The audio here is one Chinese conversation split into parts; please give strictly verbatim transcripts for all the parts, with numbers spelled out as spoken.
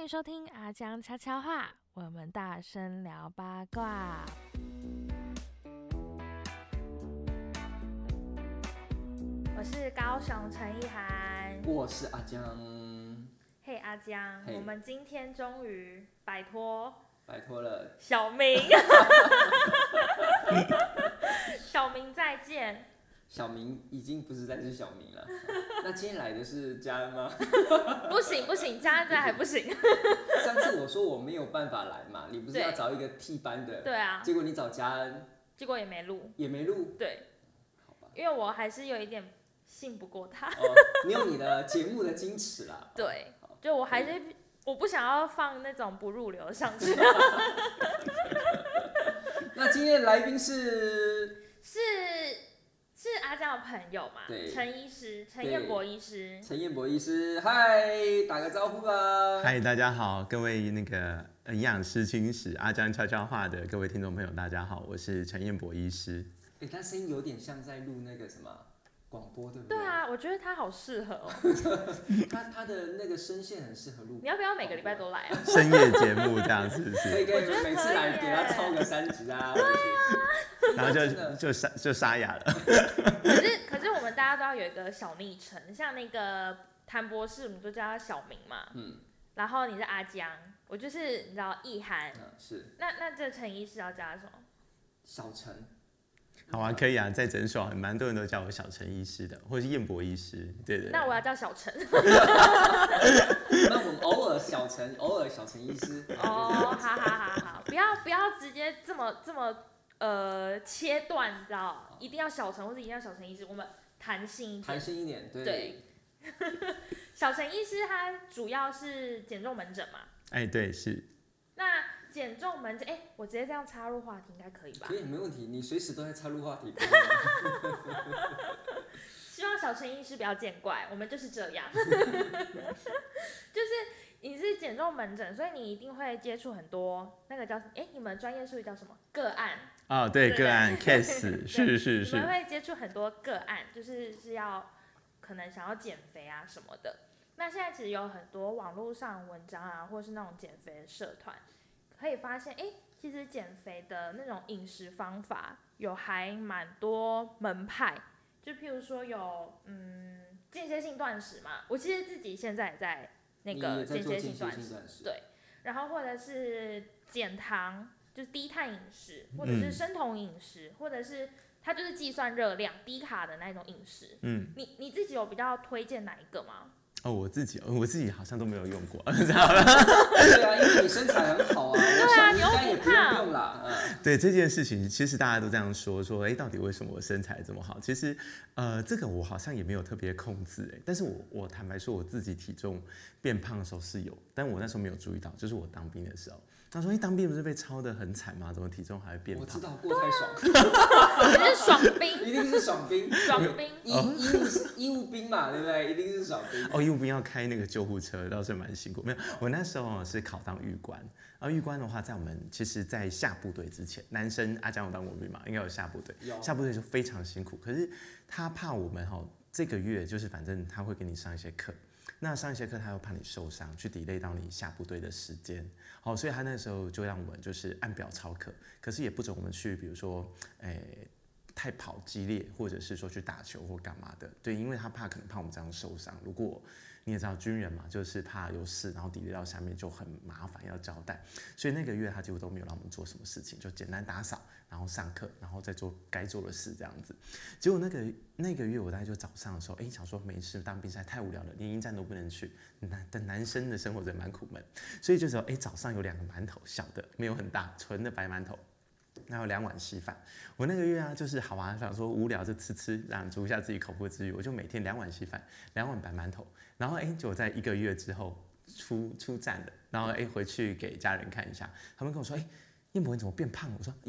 收听阿江悄悄话，我们大声聊八卦。我是高雄陈意涵， 我是阿江。 嘿、hey, 阿江， hey, 我们今天终于摆脱摆脱了小明，小明再见。 小明已经不是再是小明了。那今天来的是嘉恩吗？ 不行不行，嘉恩这还不行。 上次我说我没有办法来嘛，你不是要找一个替班的？ 对啊。 结果你找嘉恩， 结果也没录。 也没录。 对。 好吧。 因为我还是有一点信不过他。 哦，你有你的节目的矜持啦。 对。就我还是我不想要放那种不入流上去。 那今天的来宾是是是阿江的朋友嘛？陈医师，陈彦博医师。 陈彦博医师，嗨，打个招呼吧。 嗨，大家好，各位那个营养师青史阿江悄悄话的各位听众朋友，大家好，我是陈彦博医师。 哎、欸，他声音有点像在录那个什么广播，对不对？ 对啊，我觉得他好适合哦。 他他的那个声线很适合录。 你要不要每个礼拜都来啊？ 深夜节目这样是不是？ 可以可以，每次来给他抄个三集啊。对啊。 然后就就沙就沙哑了。 可是可是我们大家都要有一个小昵称，像那个谭博士，我们就叫他小明嘛。嗯。然后你是阿江，我就是你知道意涵。 嗯，是。 那那这陈医师要叫他什么？ 小陈。 好啊，可以啊，在诊所蛮多人都叫我小陈医师的，或者是彦博医师，对 对, 對。 那我要叫小陈。 那我们偶尔小陈，偶尔小陈医师。 哦，好好好好，不要不要直接这么这么呃切断，你知道？一定要小陈或者一定要小陈医师，我们弹性一点。 弹性一点，对。 对。小陈医师他主要是减重门诊嘛？ 哎，对，是。 那减重门诊，哎、欸，我直接这样插入话题应该可以吧？ 可以，没问题，你随时都在插入话题。 希望小陈医师不要见怪，我们就是这样。就是你是减重门诊，所以你一定会接触很多那个叫，哎、欸，你们专业术语叫什么？个案。 哦，对，个案 case， 是是是。 你们会接触很多个案，就是是要可能想要减肥啊什么的。那现在其实有很多网络上文章啊，或是那种减肥的社团。可以发现，哎、欸，其实减肥的那种饮食方法有还蛮多门派，就譬如说有嗯间歇性断食嘛，我其实自己现在也在那个间歇性断食，对，然后或者是减糖，就是低碳饮食，或者是生酮饮食，嗯、或者是它就是计算热量、低卡的那种饮食。嗯，你你自己有比较推荐哪一个吗？ 哦，我自己，我自己好像都没有用过， 对啊，因为你身材很好啊， 对啊， 你应该也不用用啦。嗯、 对这件事情，其实大家都这样说，说，哎，到底为什么我身材这么好？其实，呃，这个我好像也没有特别控制，哎，但是我我坦白说，我自己体重变胖的时候是有，但我那时候没有注意到，就是我当兵的时候。他说：“哎，当兵不是被操得很惨吗？怎么体重还会变胖？” 我知道，过太爽。 你是爽兵， 一定是爽兵。 爽兵， 医医务医务兵嘛，对不对？一定是爽兵。 哦，医务兵要开那个救护车，倒是蛮辛苦。没有，我那时候是考当狱官，然后狱官的话，在我们其实，在下部队之前，男生阿江有当过兵嘛，应该有下部队。下部队就非常辛苦，可是他怕我们哈，这个月就是反正他会给你上一些课。那上一些课，他又怕你受伤，去 delay 到你下部队的时间，好，所以他那时候就让我们就是按表操课，可是也不准我们去，比如说，诶、太跑激烈，或者是说去打球或干嘛的，对，因为他怕可能怕我们这样受伤。如果你也知道军人嘛，就是怕有事，然后 delay 到下面就很麻烦要交代，所以那个月他几乎都没有让我们做什么事情，就简单打扫，然后上课，然后再做该做的事这样子。结果那个那个月我大概就早上的时候，哎、欸，想说没事，当兵实在太无聊了，连营站都不能去，男的男生的生活真的蛮苦闷，所以就说，哎、欸，早上有两个馒头，小的没有很大，纯的白馒头。然后两碗稀饭，我那个月啊，就是好玩，想说无聊就吃吃，满足一下自己口腹之欲，我就每天两碗稀饭，两碗白馒头，然后哎，就我在一个月之后出出站了，然后哎回去给家人看一下，他们跟我说，哎，彦博你怎么变胖了？我说有吗？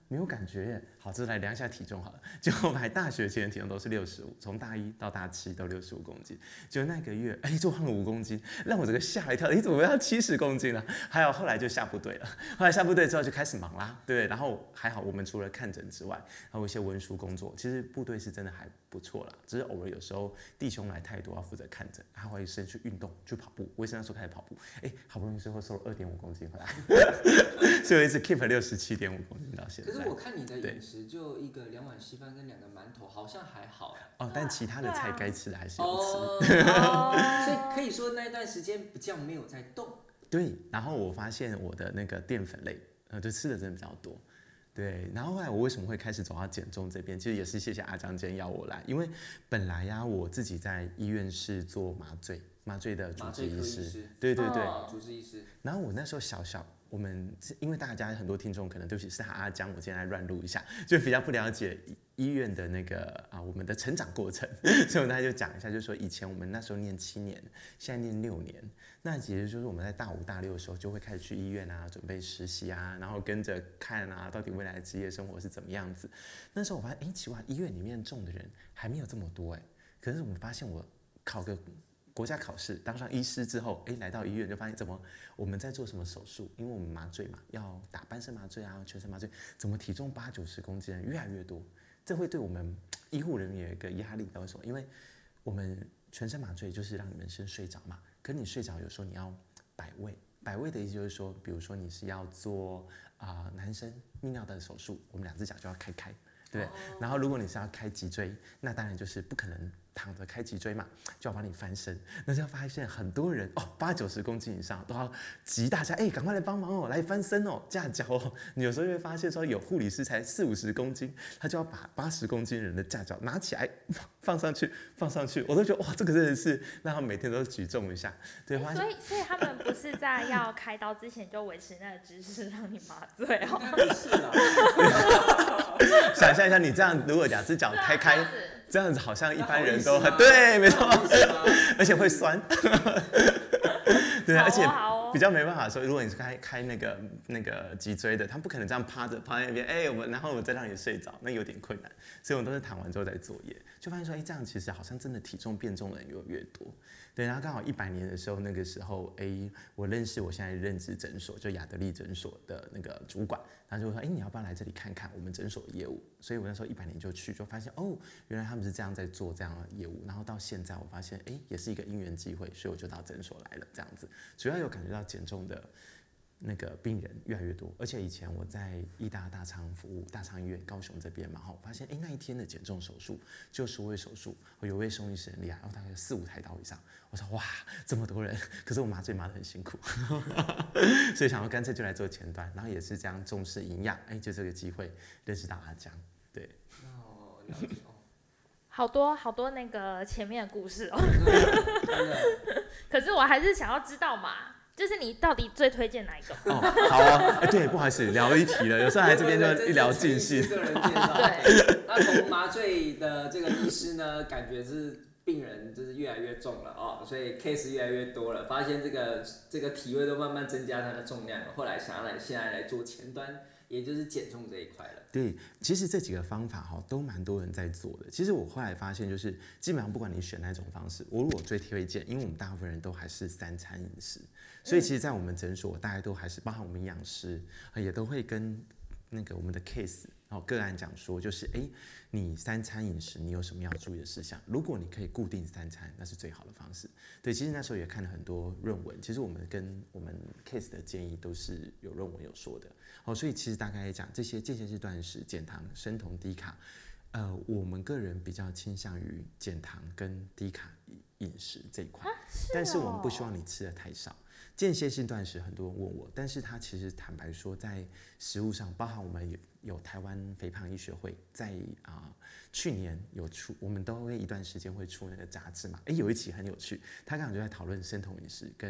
没有感觉耶。好，这来量一下体重好了。结果我还大学前的体重都是六十五，从大一到大七都六十五公斤。结果那个月，哎，就胖了五公斤，让我这个吓一跳，哎，怎么要七十公斤了？还有后来就下部队了，后来下部队之后就开始忙啦，对。然后还好，我们除了看诊之外，还有一些文书工作，其实部队是真的还不错啦。只是偶尔有时候弟兄来太多，要负责看诊，他会先去运动，去跑步。我也是那时候开始跑步，哎，好不容易最后瘦了二点五公斤回来，所以我一直 keep 六十七点五公斤到现在。 可是我看你的饮食就一个两碗稀饭跟两个馒头，好像还好哎。 哦，但其他的菜该吃的还是有吃。哦，所以可以说那段时间比较没有在动。 对，然后我发现我的那个淀粉类，呃，就吃的真的比较多。对，然后后来我为什么会开始走到减重这边？其实也是谢谢阿张今天邀我来，因为本来呀、啊、我自己在医院是做麻醉，麻醉的主治医师，对对对， 哦、主治医师。 然后我那时候小小，我们因为大家很多听众可能对不起是阿江，我今天来乱录一下，就比较不了解医院的那个啊我们的成长过程，所以我大概就讲一下，就是说以前我们那时候念七年，现在念六年。那也就是我们在大五、大六的时候就会开始去医院啊，准备实习啊，然后跟着看啊，到底未来的职业生活是怎么样子。那时候我发现，哎，奇怪，医院里面中的人还没有这么多哎。可是我们发现，我考个国家考试，当上医师之后，哎，来到医院就发现，怎么我们在做什么手术？因为我们麻醉嘛，要打半身麻醉啊，全身麻醉，怎么体重八九十公斤的人越来越多？这会对我们医护人员有一个压力，为什么？因为我们全身麻醉就是让你们先睡着嘛。可是你睡着，有时候你要摆位，摆位的意思就是说，比如说你是要做啊、呃、男生泌尿的手术，我们两只脚就要开开，对不对？哦、然后如果你是要开脊椎，那当然就是不可能躺着开脊椎嘛，就要帮你翻身。那就要发现很多人哦，八九十公斤以上都要急大家，哎，赶快来帮忙哦，来翻身哦，架脚哦。你有时候会发现说，有护理师才四五十公斤，他就要把八十公斤人的架脚拿起来放上去，放上去，我都觉得哇，这个真的是让他们每天都举重一下。对， 所以所以他们不是在要开刀之前就维持那个姿势让你麻醉哦？ 不是啦。 想象一下，你这样如果两只脚开开。这样子好像一般人都很对，没错，而且会酸，对，而且比较没办法说，如果你是开开那个那个脊椎的，他不可能这样趴着趴在那边，哎、欸，我然后我再让你睡着，那有点困难，所以我们都是躺完之后再作业，就发现说，哎、欸，这样其实好像真的体重变重的人越越多，对，然后刚好一百年的时候，那个时候，哎、欸，我认识我现在任职诊所，就亚得利诊所的那个主管，他就说，哎、欸，你要不要来这里看看我们诊所的业务？所以我那时候一百年就去，就发现哦，原来他们是这样在做这样的业务，然后到现在我发现，哎、欸，也是一个因缘机会，所以我就到诊所来了，这样子，主要有感觉到减重的那个病人越来越多，而且以前我在医大大肠服务，大肠医院高雄这边嘛，我发现哎、欸、那一天的减重手术就十位手术，我有位宋医师很厉害，然后大概有四五台刀以上，我说哇这么多人，可是我麻醉麻得很辛苦，所以想要干脆就来做前端，然后也是这样重视营养，哎、欸、就这个机会认识到阿江，对， 哦了解哦。 好多好多那个前面的故事哦，可是我还是想要知道嘛。就是你到底最推荐哪一个？ 哦，好啊，哎，对，不好意思，聊一题了，有时候来这边就一聊尽兴。 个人介绍。对。那从麻醉的这个医师呢，感觉是病人就是越来越重了哦，所以 case 越来越多了，发现这个这个体位都慢慢增加它的重量了，后来想要来现在来做前端。也就是减重这一块了。 对，其实这几个方法哈都蛮多人在做的。其实我后来发现，就是基本上不管你选哪种方式，我如果最推荐，因为我们大部分人都还是三餐饮食，所以其实，在我们诊所，大家都还是包含我们营养师，也都会跟那个我们的 case 然后个案讲说，就是哎，你三餐饮食你有什么要注意的事项？如果你可以固定三餐，那是最好的方式。对，其实那时候也看了很多论文，其实我们跟我们 case 的建议都是有论文有说的。哦，所以其实大概来讲，这些间歇式断食、减糖、生酮、低卡，呃，我们个人比较倾向于减糖跟低卡饮食这一块， 是哦、 但是我们不希望你吃的太少。间歇性断食很多人问我，但是它其实坦白说，在食物上，包含我们有有台湾肥胖医学会在啊、呃、去年有出，我们都会一段时间会出那个杂志嘛，哎，有一期很有趣，他刚好就在讨论生酮饮食跟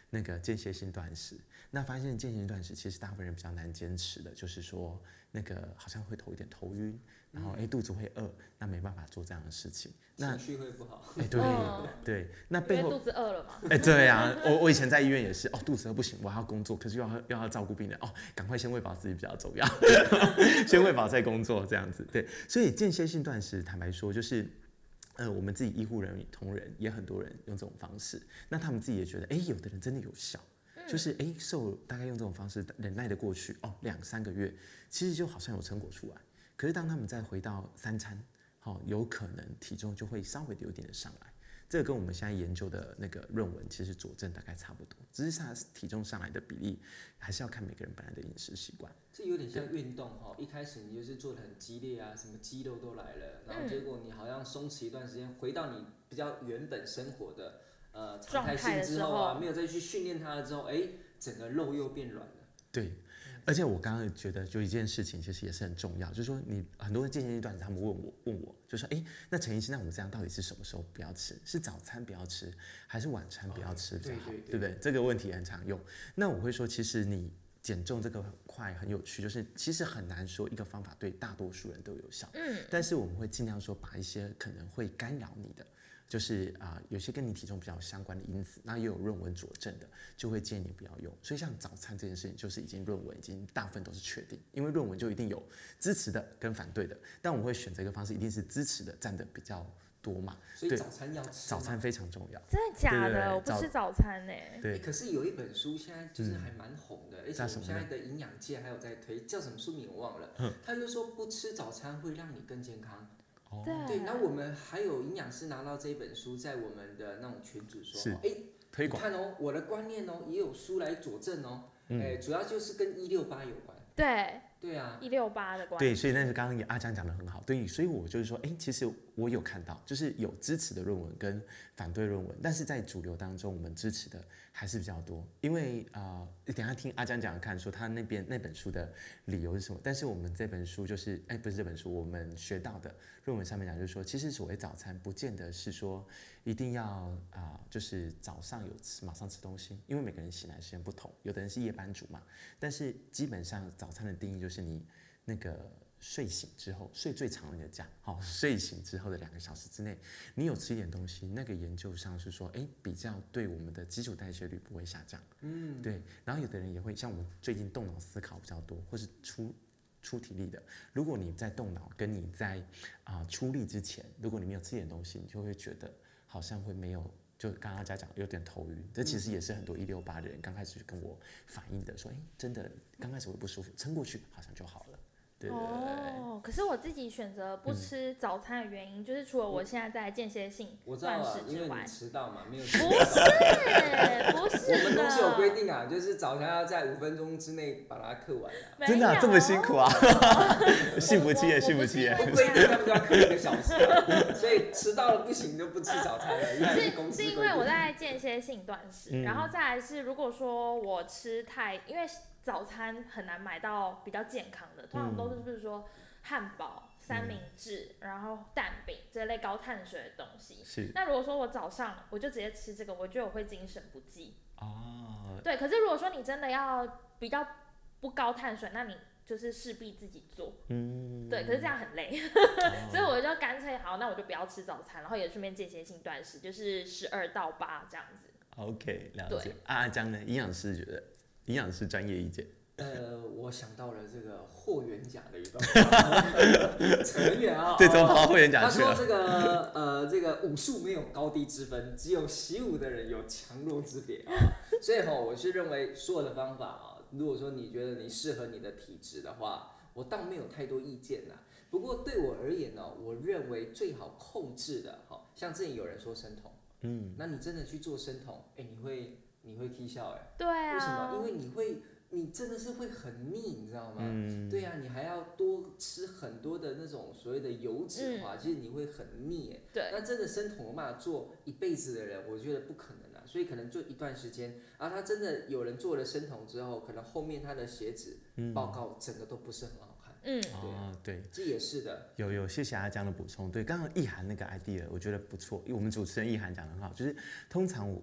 那个间歇性断食。那发现间歇性断食其实大部分人比较难坚持的，就是说那个好像会头有点头晕，然后哎、欸、肚子会饿，那没办法做这样的事情。那情绪会不好。 哎、欸、对、 嗯、 对，那背后因为肚子饿了嘛。 哎、欸、对啊，我我以前在医院也是，哦肚子饿不行，我还要工作，可是又要又要照顾病人，哦赶快先喂饱自己比较重要，先喂饱再工作这样子。对，所以间歇性断食坦白说就是。呃，我们自己医护人员同仁也很多人用这种方式，那他们自己也觉得，哎、欸，有的人真的有效，嗯、就是哎、欸，瘦大概用这种方式忍耐的过去，哦，两三个月，其实就好像有成果出来。可是当他们再回到三餐，好、哦，有可能体重就会稍微的有点的上来。这个跟我们现在研究的那个论文其实佐证大概差不多，只是它体重上来的比例还是要看每个人本来的饮食习惯。 这有点像运动哈，一开始你就是做的很激烈啊，什么肌肉都来了，然后结果你好像松弛一段时间，回到你比较原本生活的呃常态性之后啊，没有再去训练它了之后，哎，整个肉又变软了。 对。而且我刚刚觉得，就一件事情其实也是很重要，就是说你很多间歇性断食，他们问我问我，就说，哎，那陈医师，那我们这样到底是什么时候不要吃？是早餐不要吃，还是晚餐不要吃比较好？哦、对, 对, 对, 对不对？这个问题很常用。那我会说，其实你减重这个很快很有趣，就是其实很难说一个方法对大多数人都有效。嗯。但是我们会尽量说，把一些可能会干扰你的。就是啊、呃，有些跟你体重比较相关的因子，那也有论文佐证的，就会建议你不要用。所以像早餐这件事情，就是已经论文已经大部分都是确定，因为论文就一定有支持的跟反对的，但我们会选择一个方式，一定是支持的占的比较多嘛。 所以早餐要吃， 早餐非常重要。 真的假的？对对对，我不吃早餐呢、欸。 对、 欸。可是有一本书现在就是还蛮红的，嗯、而且我们现在的营养界还有在推，叫什么书名我忘了。嗯。他就说不吃早餐会让你更健康。 对， 对，那我们还有营养师拿到这本书，在我们的那种群组说，哎、欸， 推广， 看哦，我的观念哦，也有书来佐证哦，哎、嗯欸，主要就是跟一六八有关。 对， 对啊， 一六八的观念。对，所以那是刚刚阿江讲的很好，对，所以我就是说，哎、欸，其实我有看到，就是有支持的论文跟反对论文，但是在主流当中，我们支持的还是比较多，因为啊、呃，等一下听阿江讲看，说他那边那本书的理由是什么，但是我们这本书就是，哎、欸，不是这本书，我们学到的论文上面讲，就是说，其实所谓早餐，不见得是说一定要啊、呃，就是早上有吃马上吃东西，因为每个人醒来时间不同，有的人是夜班族嘛，但是基本上早餐的定义就是你那个睡醒之后，睡最长的觉，好，睡醒之后的两个小时之内，你有吃一点东西，那个研究上是说，哎，比较对我们的基础代谢率不会下降，嗯，对。然后有的人也会像我们最近动脑思考比较多，或是出出体力的，如果你在动脑跟你在啊、呃、出力之前，如果你没有吃一点东西，你就会觉得好像会没有。就刚刚大家讲有点头晕，这其实也是很多一六八的人刚开始跟我反映的，说，哎，真的刚开始会不舒服，撑过去好像就好了。对对对对。 哦，可是我自己选择不吃早餐的原因，嗯、就是除了我现在在间歇性断食之外， 因为你迟到嘛，没有迟到。不是，不是我们公司有规定啊，就是早餐要在五分钟之内把它嗑完啊。 真的、啊、这么辛苦啊？幸福企业，幸福企业。 规定他们就要嗑一个小时、啊，所以迟到了不行就不吃早餐了。是是, 是因为我在间歇性断食、嗯，然后再来是如果说我吃太，因为早餐很难买到比较健康的，通常都是比如说汉堡、三明治，然后蛋饼这类高碳水的东西。 是。 那如果说我早上我就直接吃这个，我觉得我会精神不济。 哦。 对，可是如果说你真的要比较不高碳水，那你就是势必自己做。嗯。对，可是这样很累，哦、所以我就干脆好，那我就不要吃早餐，然后也顺便间歇性断食，就是十二到八这样子。 OK， 了解。阿江呢？营养师觉得？营养师专业意见。 呃，我想到了这个霍元甲的一段话，扯很远啊。 对，怎么跑到霍元甲去了？他说这个呃，这个武术没有高低之分，只有习武的人有强弱之别啊。所以哈，我是认为所有的方法啊，如果说你觉得你适合你的体质的话，我倒没有太多意见啦。不过对我而言呢，我认为最好控制的，哈，像之前有人说生酮，嗯，那你真的去做生酮，哎、欸，你会你会踢笑哎， 对啊， 为什么？因为你会。你真的是会很腻，你知道吗？嗯、对呀、啊，你还要多吃很多的那种所谓的油脂的话，嗯、其实你会很腻哎。 对。 那真的生酮有办法做一辈子的人，我觉得不可能啊。所以可能就一段时间，然后他真的有人做了生酮之后，可能后面他的血脂报告整个都不是很好看。 嗯， 对、 哦，对， 这也是的。 有有，谢谢阿江的补充。对，刚刚意涵那个 idea 我觉得不错，因为我们主持人意涵讲得很好，就是通常我。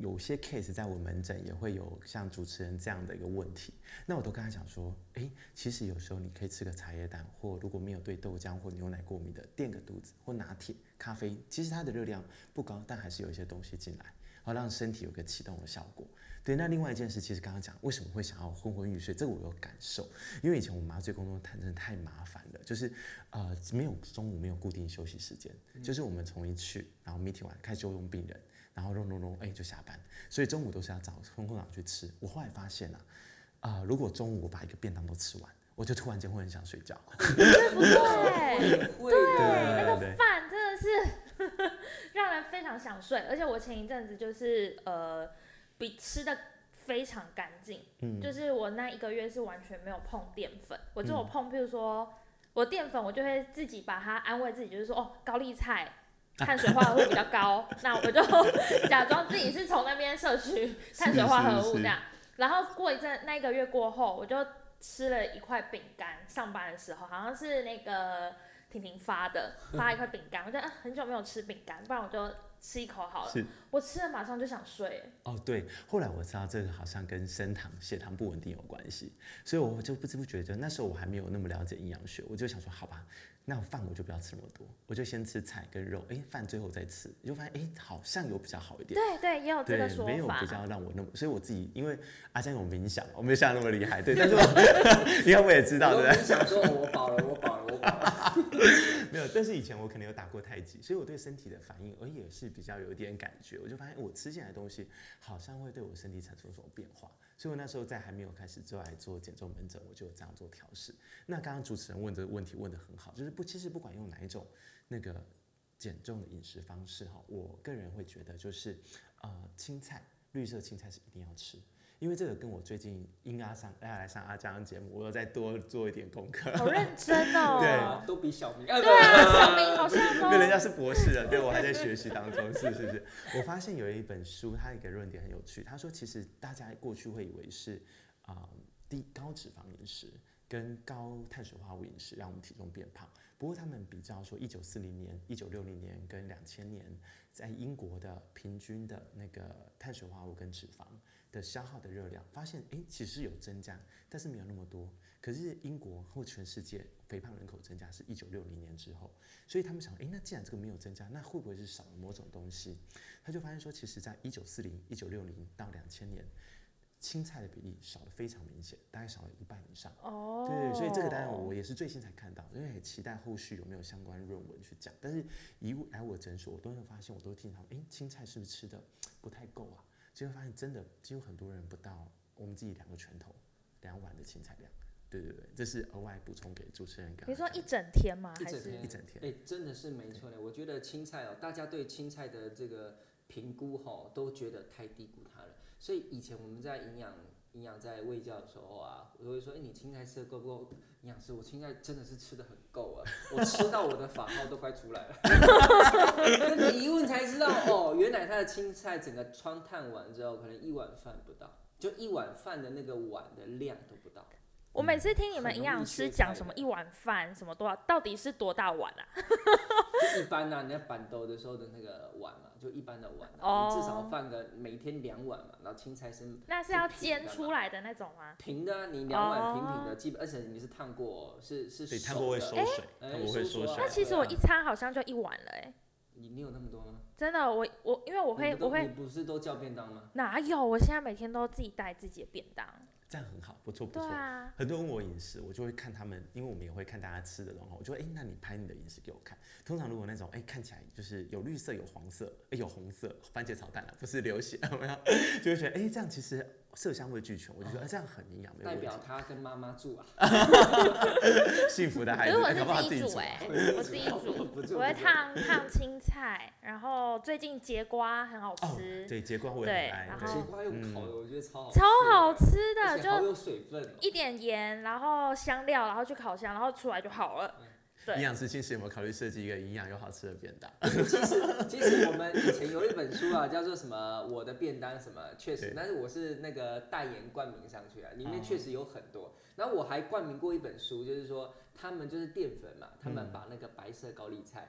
有些 case 在我门诊也会有像主持人这样的一个问题，那我都跟他讲说，哎，其实有时候你可以吃个茶叶蛋，或如果没有对豆浆或牛奶过敏的，垫个肚子，或拿铁、咖啡，其实它的热量不高，但还是有一些东西进来，好让身体有个启动的效果。对，那另外一件事，其实刚刚讲为什么会想要昏昏欲睡，这个我有感受，因为以前我麻醉工作真的太麻烦了，就是呃没有中午没有固定休息时间，嗯、就是我们从一去，然后 meeting 完开始就用病人，然后弄弄弄，哎就下班，所以中午都是要找空空档去吃。我后来发现啊，啊、呃、如果中午我把一个便当都吃完，我就突然间会很想睡觉。 对不对？ 会对，那个饭真的是让人非常想睡，而且我前一阵子就是呃。比吃的非常干净、嗯，就是我那一个月是完全没有碰淀粉，我就有碰，譬如说我淀粉，我就会自己把它安慰自己，就是说哦，高丽菜碳水化合物比较高，那我就假装自己是从那边摄取碳水化合物这样，然后过一阵那一个月过后，我就吃了一块饼干，上班的时候好像是那个婷婷发的，发一块饼干，我觉得、啊、很久没有吃饼干，不然我就吃一口好了，我吃了马上就想睡。 哦，对，后来我知道这个好像跟升糖、血糖不稳定有关系，所以我就不知不觉得那时候我还没有那么了解营养学，我就想说，好吧，那饭我就不要吃那么多，我就先吃菜跟肉，哎，饭最后再吃，就发现哎好像有比较好一点。 对对，也有这个说法。 没有比较让我那么，所以我自己因为阿江有冥想，我没有像那么厉害，对，但是我应该我也知道，对不对？ 冥想说我饱了，我饱了，我饱了。 没有，但是以前我可能有打过太极，所以我对身体的反应，而也是比较有一点感觉。我就发现我吃进来的东西好像会对我身体产生什么变化，所以我那时候在还没有开始之后来做减重门诊，我就这样做调试。那刚刚主持人问这个问题问得很好，就是不，其实不管用哪一种那个减重的饮食方式哈，我个人会觉得就是呃青菜，绿色青菜是一定要吃。因为这个跟我最近应该上要来上阿江的节目，我有再多做一点功课。 好认真哦。 对， 都比小明。 对啊，小明好像都。 因为人家是博士了，对我还在学习当中，是是是。我发现有一本书，它一个论点很有趣，他说其实大家过去会以为是啊、呃、低高脂肪饮食跟高碳水化合物饮食让我们体重变胖。不过他们比较说，一九四零年、一九六零年跟两千年，在英国的平均的那个碳水化合物跟脂肪的消耗的热量，发现哎其实有增加，但是没有那么多。可是英国或全世界肥胖人口增加是一九六零年之后，所以他们想，哎，那既然这个没有增加，那会不会是少了某种东西？他就发现说，其实在一九四零、一九六零到两千年。青菜的比例少得非常明显，大概少了一半以上。 哦， 对，所以这个当然我也是最近才看到，因为很期待后续有没有相关论文去讲。但是一来我诊所，我都会发现，我都听他们，哎，青菜是不是吃的不太够啊？结果发现真的，几乎很多人不到我们自己两个拳头、两碗的青菜量。对对对，这是额外补充给主持人。 你说一整天吗？ 一整天， 一整天。 哎、欸，真的是没错的。我觉得青菜哦，大家对青菜的这个评估哈，都觉得太低估它了。所以以前我们在营养营养在卫教的时候啊，我都会说，哎、欸，你青菜吃的够不够？营养师，我青菜真的是吃的很够啊，我吃到我的法号都快出来了。跟你一问才知道，哦，原来他的青菜整个穿烫完之后，可能一碗饭不到，就一碗饭的那个碗的量都不到。 我每次听你们营养师讲什么一碗饭什么多少，到底是多大碗啊？ 就一般啊，你在板豆的时候的那个碗嘛，就一般的碗、啊哦，你至少放个每天两碗嘛，然后青菜是那是要煎出来的那种吗？ 平的啊，你两碗平平的，基本而且你是烫过，是是熟的， 烫过会缩水， 哎， 不会缩水。 那其实我一餐好像就一碗了哎、欸。 你你有那么多吗？ 真的，我我因为我会我会， 你不是都叫便当吗？ 哪有？我现在每天都自己带自己的便当。 这样很好，不错不错。 啊、 很多人问我饮食，我就会看他们，因为我们也会看大家吃的东西，我就会哎、欸，那你拍你的饮食给我看。通常如果那种哎、欸、看起来就是有绿色、有黄色、哎、欸、有红色，番茄炒蛋啊，不是流血，有没有？就会觉得哎、欸、这样其实色香味俱全，我就觉得、哦欸、这样很营养，没有问题。 代表他跟妈妈住啊， 幸福的孩子。 可是我是自己煮哎、欸，我自己煮，我会烫烫青菜，然后最近节瓜很好吃。 哦、对，节瓜我也很爱。 然后节瓜用烤的，我觉得超好吃， 超好吃的。 就好有水分、哦， 一点盐，然后香料，然后去烤箱，然后出来就好了。对， 营养师其实有没有考虑设计一个营养又好吃的便当？ 其实其实我们以前有一本书啊，叫做什么我的便当什么，确实，但是我是那个代言冠名上去啊，里面确实有很多。哦、然后我还冠名过一本书，就是说他们就是淀粉嘛，他们把那个白色高丽菜。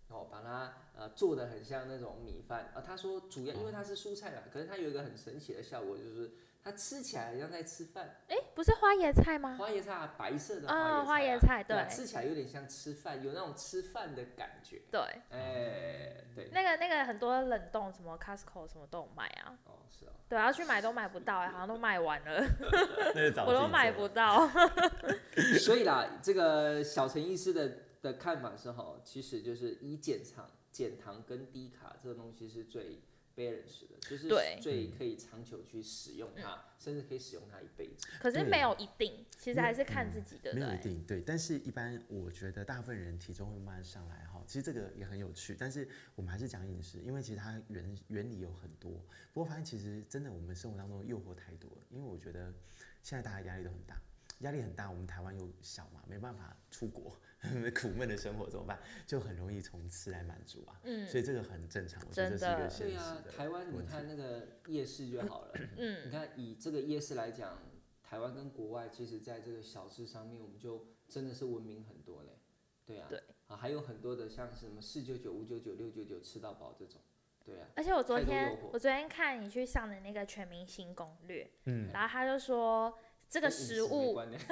哦，把它呃做的很像那种米饭啊。他说主要因为它是蔬菜嘛，可是它有一个很神奇的效果，就是它吃起来像在吃饭。 哎，不是花椰菜吗？ 花椰菜啊，白色的嗯， 花椰花椰菜， 对、啊， 对， 吃起来有点像吃饭，有那种吃饭的感觉。 对， 哎，对。 那个那个很多冷冻什么 Costco 什么都有卖啊。 哦，是哦。 对，要去买都买不到哎，好像都卖完了， 那就我都买不到。 所以啦，这个小陈医师的的看法是哈，其实就是以减糖、减糖跟低卡这个东西是最 balance 的，就是最可以长久去使用它，嗯、甚至可以使用它一辈子。 可是没有一定，其实还是看自己的。 没有一定对，但是一般我觉得大部分人体重会慢慢上来哈。其实这个也很有趣，但是我们还是讲饮食，因为其实它原原理有很多。不过发现其实真的我们生活当中诱惑太多了，因为我觉得现在大家压力都很大。压力很大，我们台湾又小嘛，没办法出国，苦闷的生活怎么办？就很容易从吃来满足啊。嗯，所以这个很正常，我觉得这是一个现实的。 对啊，台湾你看那个夜市就好了。嗯，你看以这个夜市来讲，台湾跟国外其实在这个小吃上面，我们就真的是文明很多嘞。对啊。 对。 啊，还有很多的像什么四九九、五九九、六九九吃到饱这种。对啊。 而且我昨天我昨天看你去上的那个全明星攻略，嗯，然后他就说。这个食物， 你是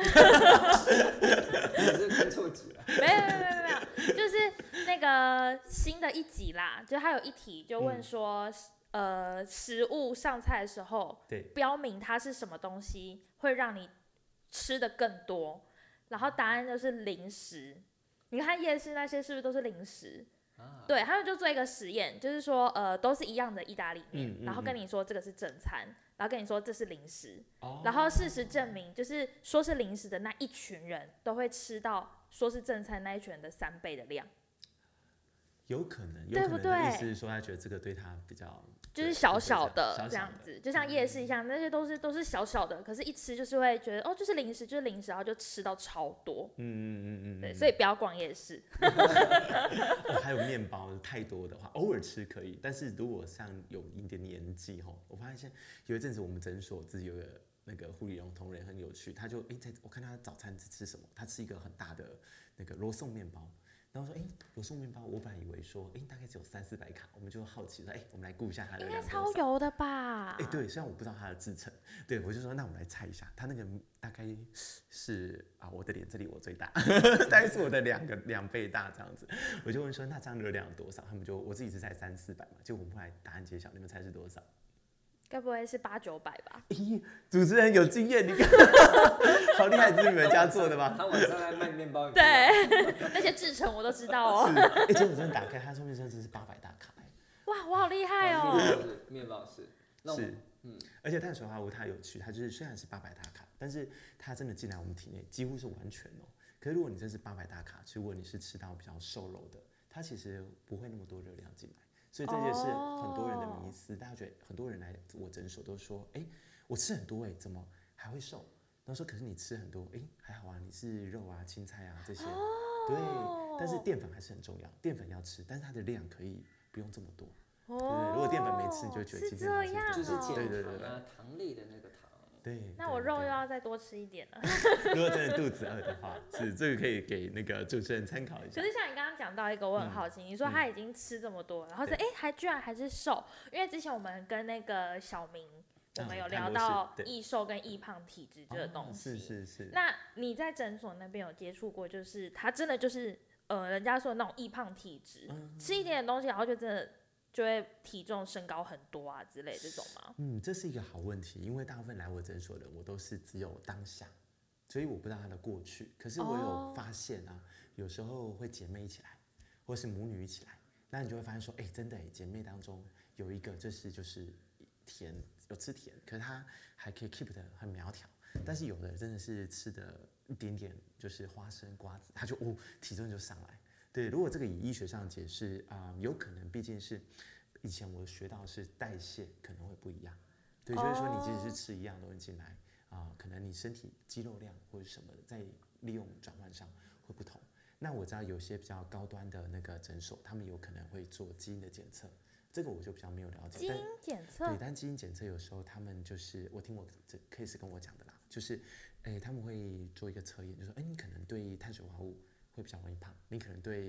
看错集了。 没有没有没有没有，就是那个新的一集啦，就他有一题就问说，嗯、呃，食物上菜的时候，标明它是什么东西会让你吃的更多，然后答案就是零食。你看夜市那些是不是都是零食？啊、对，他们就做一个实验，就是说，呃，都是一样的意大利面，嗯嗯嗯然后跟你说这个是正餐。然后跟你说这是零食，哦、然后事实证明，就是说是零食的那一群人都会吃到说是正餐那一群人的三倍的量。 有可能，有可能的意思是说他觉得这个对他比较， 就是小小的这样子，就像夜市一样，那些都是都是小小的，可是一吃就是会觉得哦，就是零食，就是零食，然后就吃到超多。嗯嗯嗯嗯，对，所以不要逛夜市。 哦、还有面包太多的话，偶尔吃可以，但是如果像有一点年纪吼，我发现有一阵子我们诊所自己有个那个护理同仁很有趣，他就哎、欸，我看他早餐是吃什么，他吃一个很大的那个罗宋面包。然后说，哎、欸，罗宋面包，我本来以为说，哎、欸，大概只有三四百卡，我们就好奇说，哎、欸，我们来估一下它的量多少。 应该超油的吧？ 哎、欸，对，虽然我不知道它的制成，对我就说，那我们来猜一下，它那个大概是啊，我的脸这里我最大，大概是我的两个两倍大这样子。我就问说，那这样热量有多少？他们就我自己是猜三四百嘛，就我们后来答案揭晓，你们猜是多少？ 该不会是八九百吧？ 咦，主持人有经验，你看，好厉害，这是你们家做的吗？ 他晚上在卖面包， 对，那些制成我都知道哦。 哎，结果真的打开，它上面真的是八百大卡， 哇，我好厉害哦！ 面包是， 是，嗯，而且碳水化合物它有趣，它就是虽然是八百大卡，但是它真的进来我们体内几乎是完全哦。可是如果你这是八百大卡，如果你是吃到比较瘦肉的，它其实不会那么多热量进来。所以这也是很多人的迷思， oh. 大家觉得很多人来我诊所都说，哎、欸，我吃很多哎、欸，怎么还会瘦？然后说，可是你吃很多，哎、欸，还好啊，你是肉啊、青菜啊这些， oh. 对，但是淀粉还是很重要，淀粉要吃，但是它的量可以不用这么多， oh. 对对，如果淀粉没吃，你就会觉得今天是这样， 就是减糖啊，糖类的那个糖。 对， 那我肉又要再多吃一点了。 如果真的肚子饿的话，是这个可以给那个主持人参考一下。 可是像你刚刚讲到一个，我很好奇，嗯、你说他已经吃这么多，然后是哎、欸、还居然还是瘦，因为之前我们跟那个小明，我们有聊到易瘦跟易胖体质这个东西。 哦、是是是。 那你在诊所那边有接触过，就是他真的就是呃人家说的那种易胖体质，嗯、吃一点点东西，然后就真的。就会体重升高很多啊之类这种吗？ 嗯，这是一个好问题，因为大部分来我诊所的人，我都是只有当下，所以我不知道他的过去。可是我有发现啊， oh. 有时候会姐妹一起来，或是母女一起来，那你就会发现说，哎、欸，真的哎，姐妹当中有一个就是就是甜，有吃甜，可是她还可以 keep 得很苗条，但是有的真的是吃的一点点就是花生瓜子，她就哦体重就上来。对，如果这个以医学上解释啊、呃，有可能毕竟是以前我学到的是代谢可能会不一样，对，所以说你即使是吃一样东西进来啊、呃，可能你身体肌肉量或者什么的在利用转换上会不同。那我知道有些比较高端的那个诊所，他们有可能会做基因的检测，这个我就比较没有了解。 基因检测？ 对，但基因检测有时候他们就是我听我这 case 跟我讲的啦，就是，哎、欸，他们会做一个测验，就说，哎、欸，你可能对碳水化合物会比较容易胖，你可能对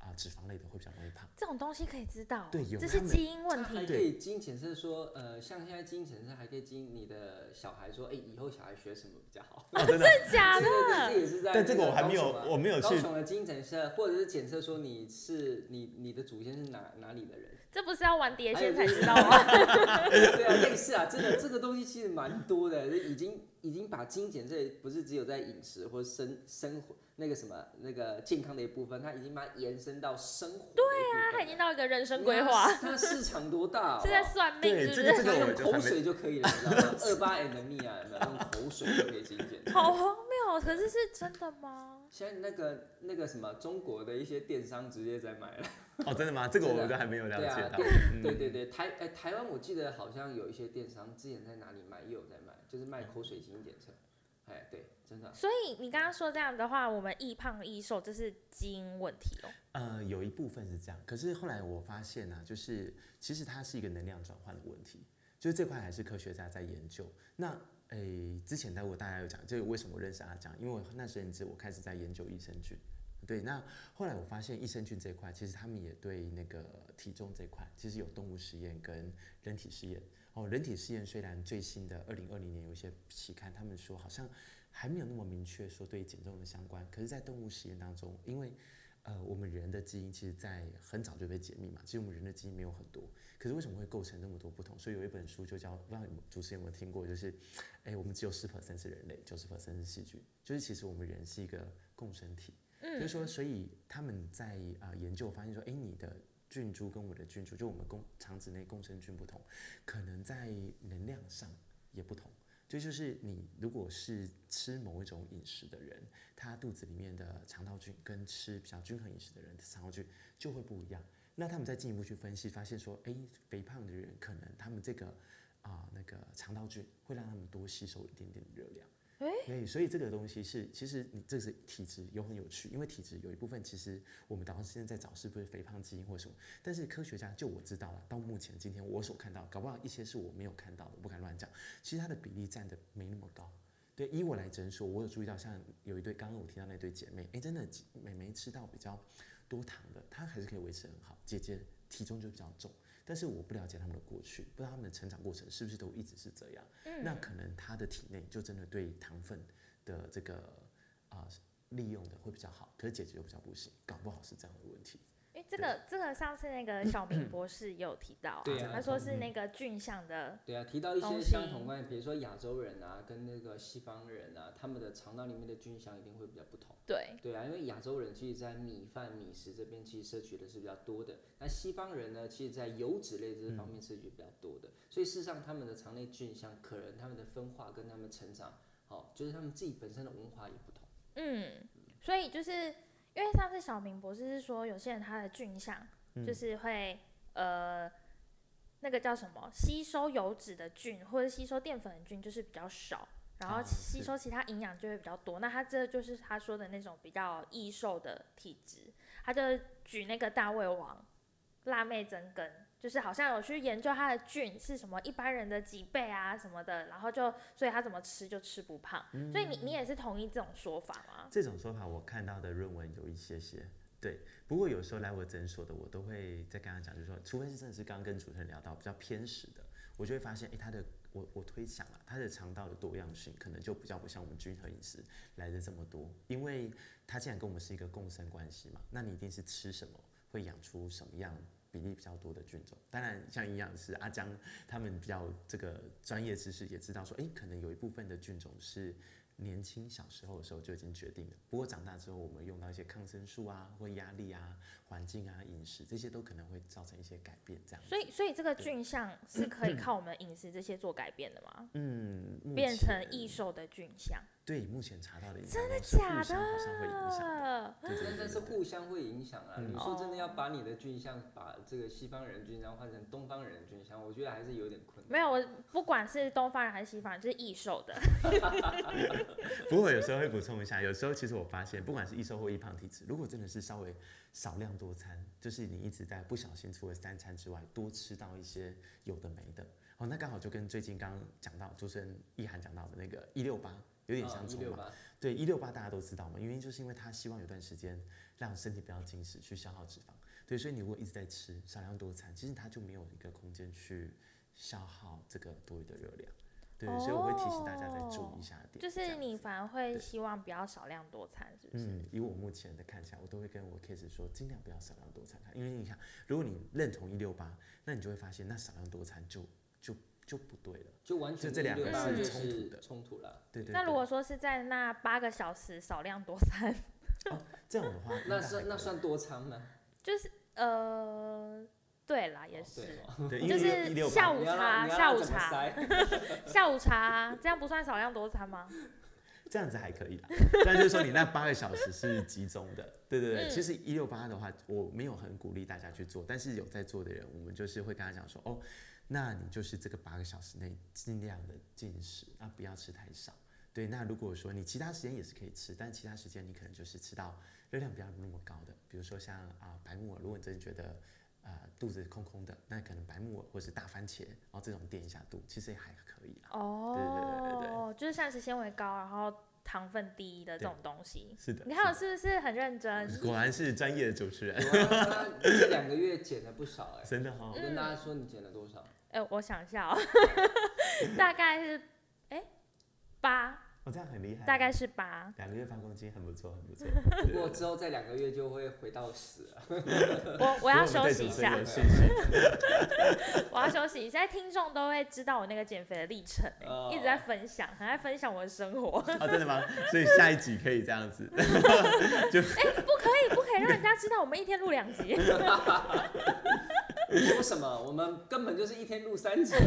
啊、脂肪类的会比较容易胖。 这种东西可以知道， 对，有这是基因问题。 还可以基因检测说，呃，像现在基因检测还可以基因你的小孩说，哎、欸，以后小孩学什么比较好？ 哦，真的假的？ 这也是在， 但这个我还没有，我没有去高雄的基因检测，或者是检测说你是你你的祖先是哪哪里的人。 这不是要玩碟仙才知道吗？ 对啊，类似啊，真的这个东西其实蛮多的，已经已经把基因检测不是只有在饮食或生生活那个什么那个健康的一部分，它已经把它延伸到生活。 对啊，它已经到一个人生规划。 它市场多大？ 是在算命是不是？ 对，这个用口水就可以了，你知道吗？二八 and me 啊，有没有用口水就可以基因检测？ 好荒谬，可是是真的吗？ 现在那个那个什么中国的一些电商直接在买了。 哦，真的吗？这个我都还没有了解到。 对啊，对对对，台哎台湾我记得好像有一些电商之前在哪里买也有在卖，就是卖口水基因检测。哎，对，真的。 所以你刚刚说这样的话，我们易胖易瘦这是基因问题哦。 呃，有一部分是这样，可是后来我发现呢、啊，就是其实它是一个能量转换的问题，就是这块还是科学家在研究。那诶，之前待过大家有讲，就是为什么我认识阿江，因为我那时候我开始在研究益生菌。对，那后来我发现益生菌这一块，其实他们也对那个体重这一块，其实有动物实验跟人体实验。哦，人体试验虽然最新的二零二零年有一些期刊，他们说好像还没有那么明确说对减重的相关，可是，在动物实验当中，因为呃我们人的基因其实在很早就被解密嘛，其实我们人的基因没有很多，可是为什么会构成那么多不同？所以有一本书就叫，不知道主持人有没有听过，就是，哎，我们只有十 percent 是人类，九十 percent 是细菌，就是其实我们人是一个共生体。嗯，就是说，所以他们在啊、呃、研究发现说，哎，你的菌株跟我的菌株，就我们共肠子内共生菌不同，可能在能量上也不同。这就是你如果是吃某一种饮食的人，他肚子里面的肠道菌跟吃比较均衡饮食的人的肠道菌就会不一样。那他们再进一步去分析，发现说，哎，肥胖的人可能他们这个啊、呃、那个肠道菌会让他们多吸收一点点的热量。对，所以这个东西是，其实你这是体质又很有趣，因为体质有一部分其实我们导航时间在找是不是肥胖基因或什么，但是科学家就我知道了，到目前今天我所看到，搞不好一些是我没有看到的，我不敢乱讲，其实它的比例占的没那么高。对，以我来诊所，我有注意到，像有一对刚刚我提到那对姐妹，哎，真的妹妹吃到比较多糖的，她还是可以维持很好，姐姐体重就比较重。但是我不了解他们的过去，不知道他们的成长过程是不是都一直是这样。嗯、那可能他的体内就真的对糖分的这个啊、呃、利用的会比较好，可是姐姐又比较不行，搞不好是这样的问题。 因为这个这个上次那个小明博士也有提到、啊， 对啊， 他说是那个菌相的， 对啊，提到一些相同观念，比如说亚洲人啊，跟那个西方人啊，他们的肠道里面的菌相一定会比较不同。 对， 对啊，因为亚洲人其实在米饭、米食这边其实摄取的是比较多的，那西方人呢，其实在油脂类这方面摄取比较多的，嗯、所以事实上他们的肠内菌相可能他们的分化跟他们成长，哦，就是他们自己本身的文化也不同。 嗯，所以就是因为上次小明博士是说，有些人他的菌相就是会、嗯、呃。那个叫什么？吸收油脂的菌或者吸收淀粉的菌就是比较少，然后吸收其他营养就会比较多。那他这就是他说的那种比较易瘦的体质。他就举那个大胃王辣妹增根，就是好像有去研究他的菌是什么一般人的几倍啊什么的，然后就所以他怎么吃就吃不胖。嗯、所以你你也是同意这种说法吗？ 这种说法我看到的论文有一些些。对，不过有时候来我诊所的，我都会再跟他讲，就是说，除非是真的是刚刚跟主持人聊到比较偏食的，我就会发现，哎，他的我我推想啊，他的肠道的多样性可能就比较不像我们均衡饮食来的这么多，因为他既然跟我们是一个共生关系嘛，那你一定是吃什么会养出什么样比例比较多的菌种。当然，像营养师阿江他们比较这个专业知识也知道说，哎，可能有一部分的菌种是。年轻小时候的时候就已经决定了，不过长大之后我们用到一些抗生素啊，或压力啊、环境啊、饮食这些都可能会造成一些改变，这样。 所以，所以这个菌相是可以靠我们饮食这些做改变的吗？ 嗯， 变成易瘦的菌相。 对，目前查到的真的假的？ 好像会影响的。 对对对，但是互相会影响啊。嗯、你说真的要把你的菌相把这个西方人菌相换成东方人的菌相，我觉得还是有点困难。 没有，我不管是东方人还是西方人，就是易瘦的。 不过有时候会补充一下，有时候其实我发现，不管是易瘦或易胖体质，如果真的是稍微少量多餐，就是你一直在不小心除了三餐之外多吃到一些有的没的，哦，那刚好就跟最近刚刚讲到主持人意涵讲到的那个一六八。 有点像冲嘛。对，一六八大家都知道嘛，原因就是因为它希望有段时间让身体不要进食，去消耗脂肪。对，所以你如果一直在吃少量多餐，其实它就没有一个空间去消耗这个多余的热量。对，哦、所以我会提醒大家再注意一下点。 就是你反而会希望不要少量多餐，是不是？ 嗯，以我目前的看起来，我都会跟我 case 说，尽量不要少量多餐看，因为你看，如果你认同一六八，那你就会发现，那少量多餐就就就不对了， 就完全就这两个是冲突的， 冲突了。 对 对, 对。 那如果说是在那八个小时少量多餐， 哦，这样的话， 那算那算多餐吗？ 就是呃。对啦，也是， 哦、对就是下午茶，下午茶，下午茶，这样不算少量多餐吗？ 这样子还可以啦，但就是说你那八个小时是集中的，对对对。嗯、其实一六八的话，我没有很鼓励大家去做，但是有在做的人，我们就是会跟他讲说，哦，那你就是这个八个小时内尽量的进食，啊，不要吃太少。对，那如果说你其他时间也是可以吃，但其他时间你可能就是吃到热量不要那么高的，比如说像啊白木耳，如果你真的觉得呃肚子空空的，那可能白木耳或是大番茄，然后这种垫一下肚，其实也还可以啦。 哦， 对对对对对， 就是膳食纤维高，然后糖分低的这种东西。 是的， 你看我是不是很认真？ 果然是专业的主持人。 他这两个月减了不少哎、欸， 真的哈、哦。 我跟大家说你减了多少？ 哎、欸，我想一下哦，大概是哎、欸、八。 哦，这样很厉害。 大概是八。 两个月八公斤，很不错，很不错。 不过之后再两个月就会回到十了。 我我要休息一下。我要休息一下，现在听众都会知道我那个减肥的历程、欸，oh. 一直在分享，很爱分享我的生活。 哦，真的吗？所以下一集可以这样子。 就哎、欸，不可以，不可以让人家知道我们一天录两集。 说什么？我们根本就是一天录三集。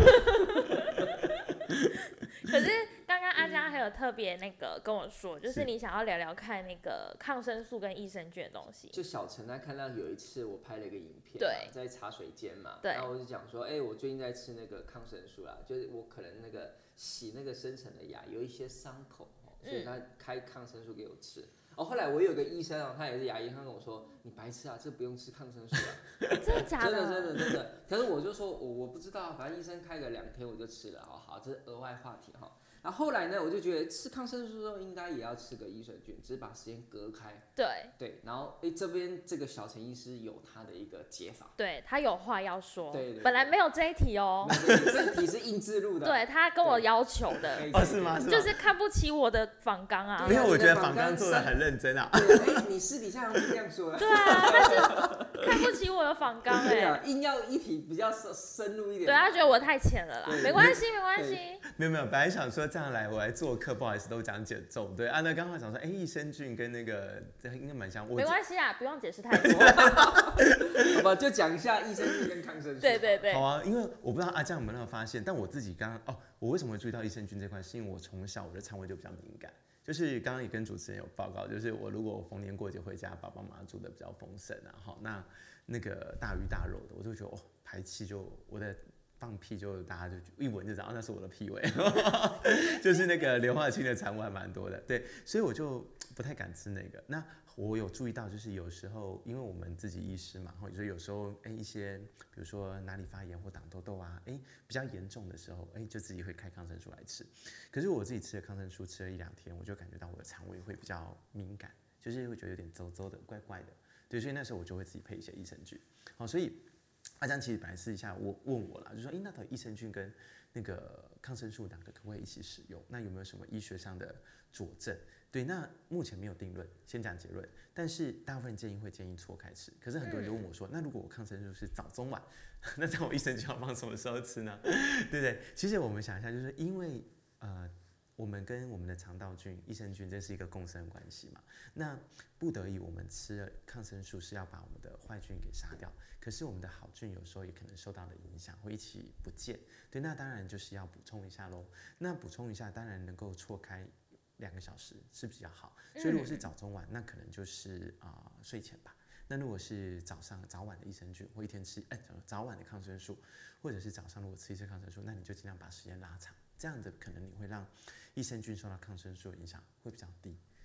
可是刚刚阿嘉还有特别那个跟我说，就是你想要聊聊看那个抗生素跟益生菌的东西。 就小陈他看到有一次我拍了一个影片， 对， 在茶水间嘛， 对， 然后我就讲说，哎、欸，我最近在吃那个抗生素啦，就是我可能那个洗那个深层的牙有一些伤口，所以他开抗生素给我吃。哦，后来我有个医生啊，他也是牙医，他跟我说：“你白痴啊，这不用吃抗生素啊。” 真的假的？ 真的真的真的。可是我就说，我我不知道，反正医生开个两天我就吃了，好好，这是额外话题哈。然后后来呢，我就觉得吃抗生素的时候应该也要吃个益生菌，只是把时间隔开。 对对，然后哎，这边这个小陈医师有他的一个解法， 对他有话要说。 对 对, 对， 本来没有这一题哦、喔， 这一题是硬制录的。 对他跟我要求的。 哦，是吗？是吗？ 就是看不起我的访纲啊。 没有，我觉得访纲做的很认真啊。 对，哎、欸，你私底下是这样说的。 对啊，但是看不起我的访纲哎。 对啊，硬要一题比较深入一点。 对，他觉得我太浅了啦。没关系，没关系。 没有没有，本来想说这样来我来做课，不好意思都讲减重。对啊，那刚好想说，哎、欸，益生菌跟那个应该蛮像。 没关系啊，不用解释太多。 好吧，就讲一下益生菌跟抗生素。 对对对。 好啊，因为我不知道阿酱有没有发现，但我自己刚刚哦，我为什么会注意到益生菌这块，是因为我从小我的肠胃就比较敏感。就是刚刚也跟主持人有报告，就是我如果逢年过节回家，爸爸妈妈煮的比较丰盛啊，好，那那个大鱼大肉的，我就觉得哦，排气就我的放屁就大家就一闻就知道，那是我的屁味，就是那个硫化氢的产物还蛮多的，对，所以我就不太敢吃那个。那我有注意到，就是有时候因为我们自己医师嘛，或者有时候哎、欸、一些比如说哪里发炎或长痘痘啊，哎、欸、比较严重的时候，哎、欸、就自己会开抗生素来吃。可是我自己吃的抗生素吃了一两天，我就感觉到我的肠胃会比较敏感，就是会觉得有点邹邹的、怪怪的。对，所以那时候我就会自己配一些益生菌。好，所以阿江其实本来私底下我问我啦，就说哎、欸、那到底益生菌跟那个抗生素两个可不可以一起使用？那有没有什么医学上的佐证？对，那目前没有定论，先讲结论。但是大部分建议会建议错开吃，可是很多人就问我说，嗯、那如果我抗生素是早中晚，那这样我益生菌要放什么时候吃呢？对不对？其实我们想一下，就是因为呃，我们跟我们的肠道菌、益生菌这是一个共生关系嘛，那不得已我们吃了抗生素是要把我们的坏菌给杀掉，可是我们的好菌有时候也可能受到了影响，会一起不见。对，那当然就是要补充一下咯。那补充一下，当然能够错开两个小时是比较好，所以如果是早中晚，那可能就是啊、呃、睡前吧。那如果是早上早晚的益生菌，或一天吃哎、欸、早晚的抗生素，或者是早上如果吃一次抗生素，那你就尽量把时间拉长，这样子可能你会让益生菌受到抗生素的影响会比较低。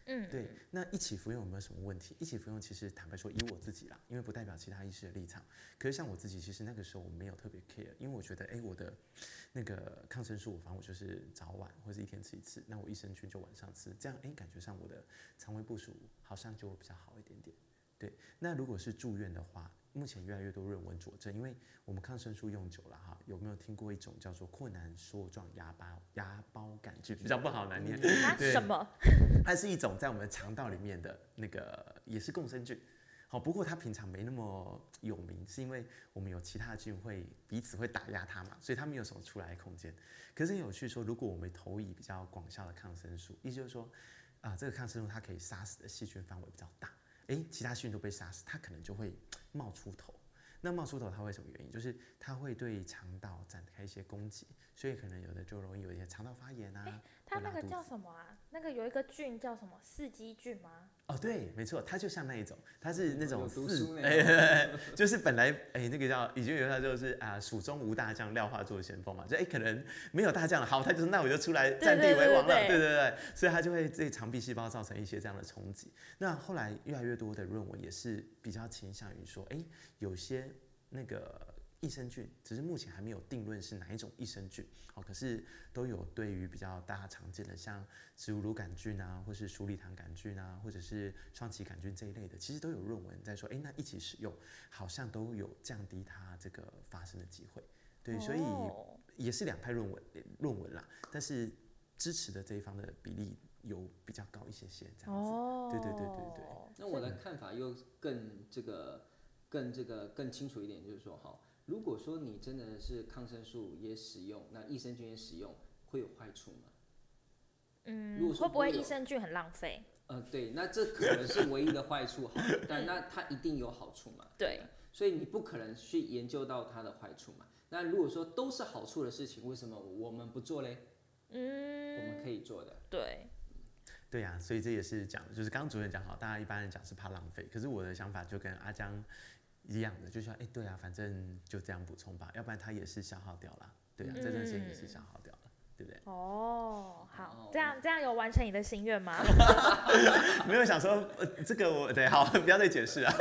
嗯， 对，那一起服用有没有什么问题？一起服用其实坦白说，以我自己啦，因为不代表其他医师的立场。可是像我自己，其实那个时候我没有特别 care，因为我觉得，哎，我的那个抗生素，反正我就是早晚或是一天吃一次，那我益生菌就晚上吃，这样哎，感觉上我的肠胃部署好像就会比较好一点点。对，那如果是住院的话，目前越来越多论文佐证，因为我们抗生素用久了哈，有没有听过一种叫做困难梭状芽孢芽孢杆菌？比较不好难念。 它什么？ 它是一种在我们肠道里面的那个，也是共生菌。好，不过它平常没那么有名，是因为我们有其他的菌会彼此会打压它嘛，所以它没有什么出来的空间。可是很有趣说，如果我们投以比较广效的抗生素，意思就是说，啊、呃，这个抗生素它可以杀死的细菌范围比较大。哎，其他细菌都被杀死，它可能就会冒出头。那冒出头它会什么原因？就是它会对肠道展开一些攻击，所以可能有的就容易有一些肠道发炎啊。 它那个叫什么啊？那个有一个菌叫什么四基菌吗？ 哦，对，没错，它就像那一种，它是那种四， 哎，就是本来哎那个叫已经有它就是啊蜀中无大将，廖化作先锋嘛，就哎可能没有大将了，好，他就是那我就出来占地为王了，对对 对, 对, 对，所以它就会对肠壁细胞造成一些这样的冲击。那后来越来越多的论文也是比较倾向于说，哎，有些那个益生菌，只是目前还没有定论是哪一种益生菌，好，可是都有对于比较大家常见的像植物乳杆菌啊，或是鼠李糖杆菌啊，或者是双歧杆菌这一类的，其实都有论文在说，哎，那一起使用好像都有降低它这个发生的机会，对，所以也是两派论文论文啦，但是支持的这一方的比例有比较高一些些，这样子， 哦， 对对对对对。 那我的看法又更这个更这个更清楚一点，就是说哈。如果说你真的是抗生素也使用，那益生菌也使用，会有坏处吗？ 嗯， 如果说会不会益生菌很浪费？ 呃，对，那这可能是唯一的坏处，好，但那它一定有好处嘛？ 对， 所以你不可能去研究到它的坏处嘛。那如果说都是好处的事情，为什么我们不做嘞？嗯，我们可以做的。 对。 对呀、啊，所以这也是讲，就是刚刚主任讲好，大家一般人讲是怕浪费，可是我的想法就跟阿江一样的，就说哎，对啊，反正就这样补充吧，要不然它也是消耗掉了，对啊，这段时间也是消耗掉了，对不对？ 哦，好，这样这样有完成你的心愿吗？ 没有想说、呃、这个我对，好，不要再解释了，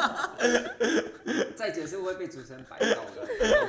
再解释会被主持人白到的。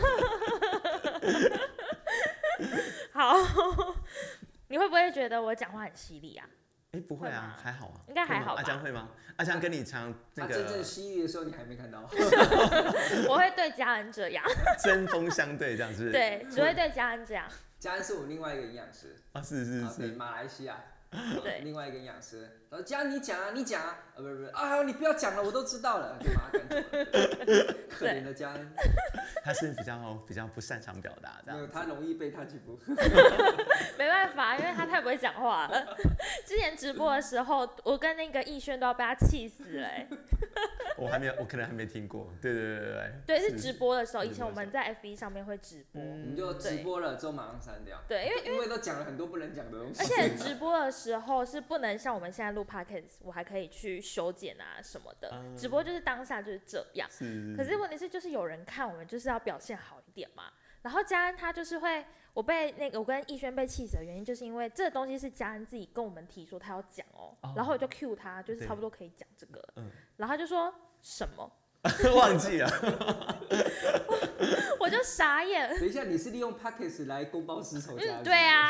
好，你会不会觉得我讲话很犀利啊？ 哎，不会啊，还好啊， 应该还好吧？ 阿江会吗？阿江跟你常那个， 他真正犀利的时候你还没看到。 我会对家人这样， 针锋相对这样子。 对，只会对家人这样。 家人是我另外一个营养师啊，是是是， 马来西亚， 对， 另外一个营养师，然后家人你讲啊，你讲啊，呃，不是不是啊，你不要讲了，我都知道了，就把他赶走了。可怜的家人。 他是比较比较不擅长表达的， 没有，他容易被他欺负。 没办法，因为他太不会讲话了。之前直播的时候，我跟那个逸轩都要被他气死了、欸。 我还没有，我可能还没听过。对对对对对。 对，是直播的时候，以前我们在 F B 上面会直播， 我们就直播了之后马上删掉。 对，因为因为都讲了很多不能讲的东西。 而且直播的时候是不能像我们现在录 Podcast， 我还可以去修剪啊什么的。嗯、直播就是当下就是这样。 是。 可是问题是，就是有人看，我们就是要表现好一点嘛。然后嘉恩他就是会，我被那个我跟逸轩被气死的原因，就是因为这个东西是嘉恩自己跟我们提说他要讲哦，哦然后我就 cue 他，就是差不多可以讲这个，嗯、然后他就说什么忘记了， 我, 我就傻眼。 等一下，你是利用 Podcast 来公报私仇嘉恩？ 嗯，对啊。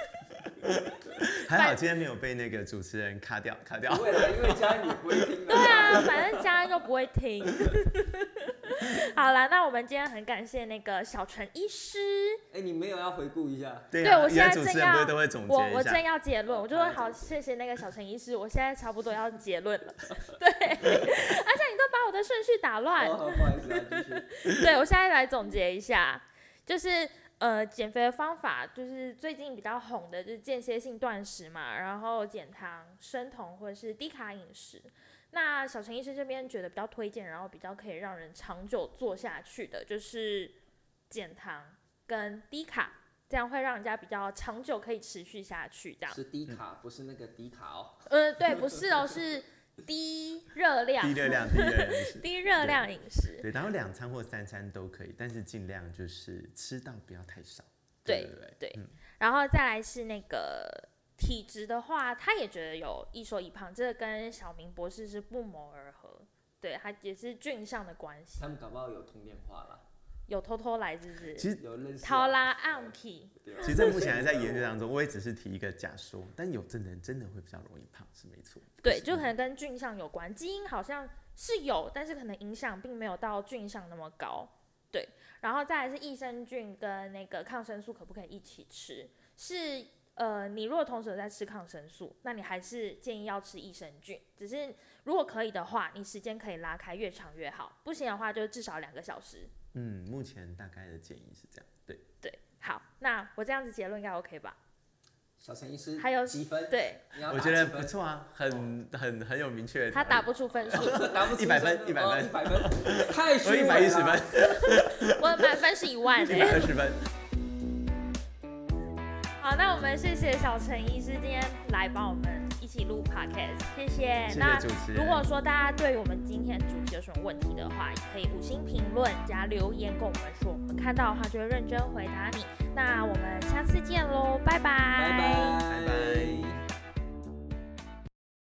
还好今天没有被那个主持人卡掉，卡掉。 不会啦，因为嘉恩也不会听。 对啊，反正嘉恩又不会听。好啦，那我们今天很感谢那个小陈医师。 哎、欸，你没有要回顾一下？ 对,、 啊、对，我现在正要， 都会总结我我正要结论，我就说好，谢谢那个小陈医师，我现在差不多要结论了。对，而且你都把我的顺序打乱。 哦，不好意思啊，继续。 对，我现在来总结一下，就是呃，减肥的方法就是最近比较红的，就是间歇性断食嘛，然后减糖、生酮或者是低卡饮食。那小陈医师这边觉得比较推荐，然后比较可以让人长久做下去的，就是减糖跟低卡，这样会让人家比较长久可以持续下去。这样是低卡，不是那个低卡哦。 呃，对，不是哦，是低热量。 低热量，低热量饮食。 低热量饮食。 对，然后两餐或三餐都可以，但是尽量就是吃到不要太少。 对对对对。 对嗯、然后再来是那个。 体质的话，他也觉得有易瘦易胖，这个跟小明博士是不谋而合。对，他也是菌相的关系。 他们搞不好有通电话啦。 有偷偷来是不是？ 其实有认识、啊。 偷拉暗器。 其实，在目前还在研究当中，我也只是提一个假说，但有真的人真的会比较容易胖，是没错。 对，就可能跟菌相有关，基因好像是有，但是可能影响并没有到菌相那么高。对，然后再来是益生菌跟那个抗生素可不可以一起吃？是呃，你如果同时有在吃抗生素，那你还是建议要吃益生菌。只是如果可以的话，你时间可以拉开越长越好，不行的话就至少两个小时。 嗯，目前大概的建议是这样。对对，好，那我这样子结论应该 OK 吧？ 小陈医师还有几分？ 对， 我觉得不错啊，很很很有明确的。 他打不出分数， 打不出一百分，一百分， 一百分，太虚伪了。 我一百一十分， 我的满分是一万诶、 一百二十分。 好，那我们谢谢小陈医师今天来帮我们一起录 podcast， 谢谢。 谢谢那主持人。 如果说大家对于我们今天的主题有什么问题的话，也可以五星评论加留言跟我们说，我们看到的话就会认真回答你。那我们下次见喽，拜拜， 拜拜， 拜拜。